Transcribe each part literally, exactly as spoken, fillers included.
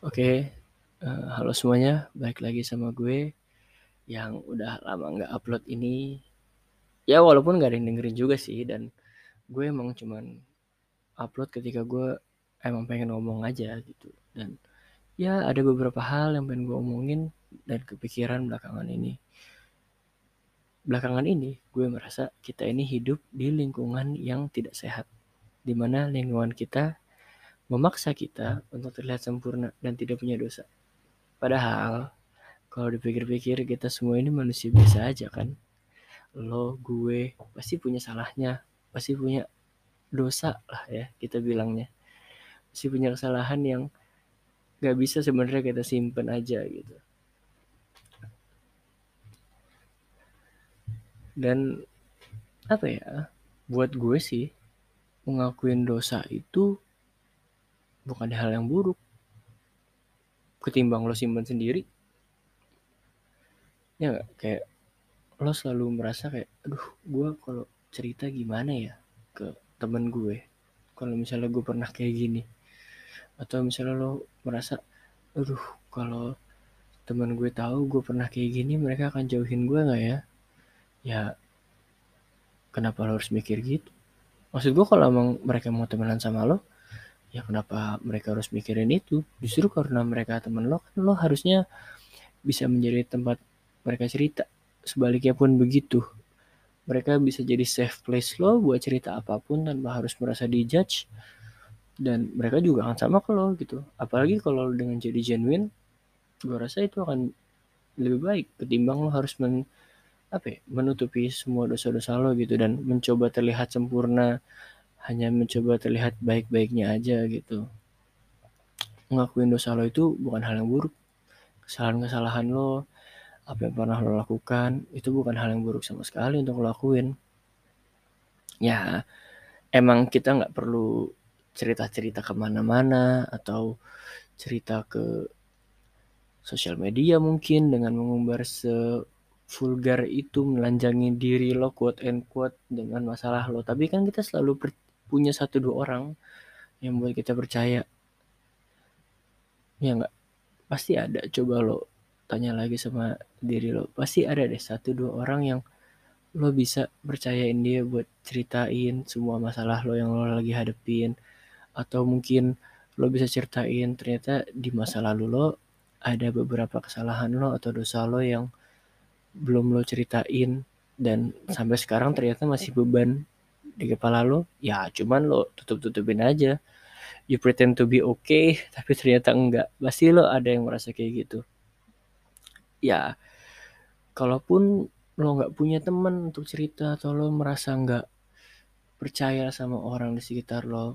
Oke, eee, halo semuanya, balik lagi sama gue yang udah lama nggak upload ini. Ya walaupun nggak ada yang dengerin juga sih, dan gue emang cuman upload ketika gue emang pengen ngomong aja gitu. Dan ya ada beberapa hal yang pengen gue omongin dan kepikiran belakangan ini. Belakangan ini gue merasa kita ini hidup di lingkungan yang tidak sehat, di mana lingkungan kita memaksa kita untuk terlihat sempurna dan tidak punya dosa. Padahal kalau dipikir-pikir kita semua ini manusia biasa aja kan. Lo, gue pasti punya salahnya, pasti punya dosa lah ya kita bilangnya. Pasti punya kesalahan yang gak bisa sebenarnya kita simpen aja gitu. Dan apa ya, buat gue sih mengakuin dosa itu bukan hal yang buruk. Ketimbang lo simpen sendiri, ya gak? Kayak lo selalu merasa kayak, aduh gue kalau cerita gimana ya ke temen gue kalau misalnya gue pernah kayak gini. Atau misalnya lo merasa, aduh kalau teman gue tahu gue pernah kayak gini, mereka akan jauhin gue nggak ya? Ya kenapa lo harus mikir gitu? Maksud gue kalau emang mereka mau temenan sama lo, ya kenapa mereka harus mikirin itu? Justru karena mereka temen lo, kan lo harusnya bisa menjadi tempat mereka cerita. Sebaliknya pun begitu. Mereka bisa jadi safe place lo buat cerita apapun tanpa harus merasa dijudge. Dan mereka juga akan sama ke lo gitu. Apalagi kalau lo dengan jadi genuine, gue rasa itu akan lebih baik ketimbang lo harus men, apa ya, menutupi semua dosa-dosa lo gitu dan mencoba terlihat sempurna, hanya mencoba terlihat baik-baiknya aja gitu. Ngakuin dosa lo itu bukan hal yang buruk. Kesalahan-kesalahan lo, apa yang pernah lo lakukan, itu bukan hal yang buruk sama sekali untuk lo lakuin. Ya emang kita gak perlu cerita-cerita kemana-mana atau cerita ke sosial media mungkin dengan mengumbar se vulgar itu, melanjangi diri lo quote and quote dengan masalah lo. Tapi kan kita selalu per- punya satu dua orang yang buat kita percaya. Ya nggak? Pasti ada. Coba lo tanya lagi sama diri lo. Pasti ada deh satu dua orang yang lo bisa percayain dia buat ceritain semua masalah lo yang lo lagi hadepin. Atau mungkin lo bisa ceritain ternyata di masa lalu lo ada beberapa kesalahan lo atau dosa lo yang belum lo ceritain dan sampai sekarang ternyata masih beban di kepala lo. Ya cuman lo tutup-tutupin aja, you pretend to be okay tapi ternyata enggak. Pasti lo ada yang merasa kayak gitu. Ya kalaupun lo nggak punya teman untuk cerita atau lo merasa nggak percaya sama orang di sekitar lo,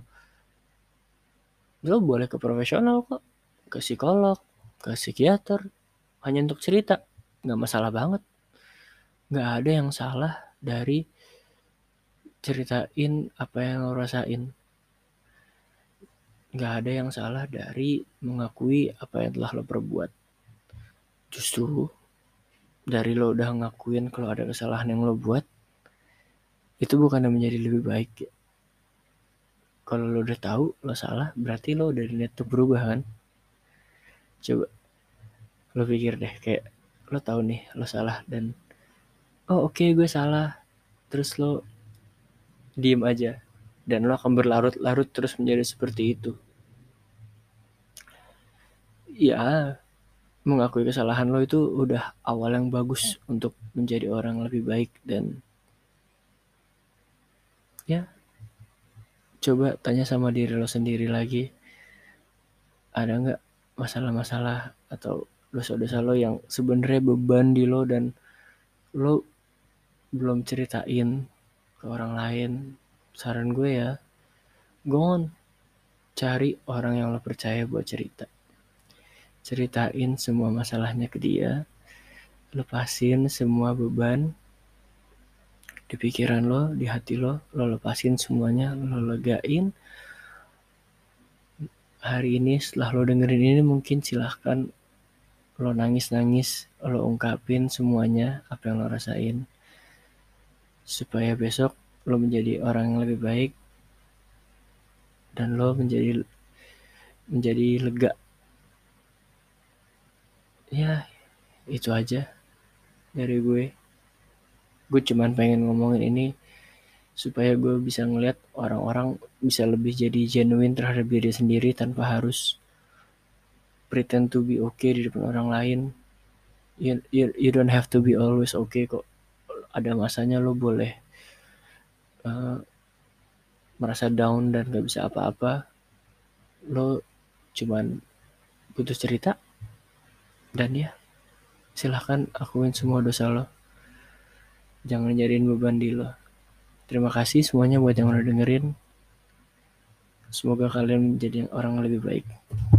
lo boleh ke profesional kok, ke psikolog, ke psikiater, hanya untuk cerita. Nggak masalah banget. Nggak ada yang salah dari ceritain apa yang lo rasain. Gak ada yang salah dari mengakui apa yang telah lo perbuat. Justru dari lo udah ngakuin kalau ada kesalahan yang lo buat, itu bukan menjadi lebih baik. Kalau lo udah tahu lo salah, berarti lo udah niat untuk berubah kan. Coba lo pikir deh, kayak lo tahu nih lo salah dan oh oke okay, gue salah, terus lo diem aja dan lo akan berlarut-larut terus menjadi seperti itu. Ya mengakui kesalahan lo itu udah awal yang bagus untuk menjadi orang lebih baik. Dan ya coba tanya sama diri lo sendiri lagi, ada nggak masalah-masalah atau dosa-dosa lo yang sebenarnya beban di lo dan lo belum ceritain ke orang lain. Saran gue ya, go on, cari orang yang lo percaya buat cerita, ceritain semua masalahnya ke dia, lepasin semua beban di pikiran lo, di hati lo, lo lepasin semuanya, lo legain. Hari ini setelah lo dengerin ini mungkin silahkan lo nangis-nangis, lo ungkapin semuanya apa yang lo rasain. Supaya besok lo menjadi orang yang lebih baik dan lo menjadi menjadi lega Ya itu aja dari gue. Gue cuman pengen ngomongin ini supaya gue bisa ngeliat orang-orang bisa lebih jadi genuine terhadap diri sendiri tanpa harus pretend to be okay di depan orang lain. You, you, you don't have to be always okay kok. Ada masanya lo boleh uh, merasa down dan gak bisa apa-apa. Lo cuman butuh cerita dan ya silahkan akuin semua dosa lo. Jangan jadiin beban di lo. Terima kasih semuanya buat yang udah dengerin. Semoga kalian menjadi orang lebih baik.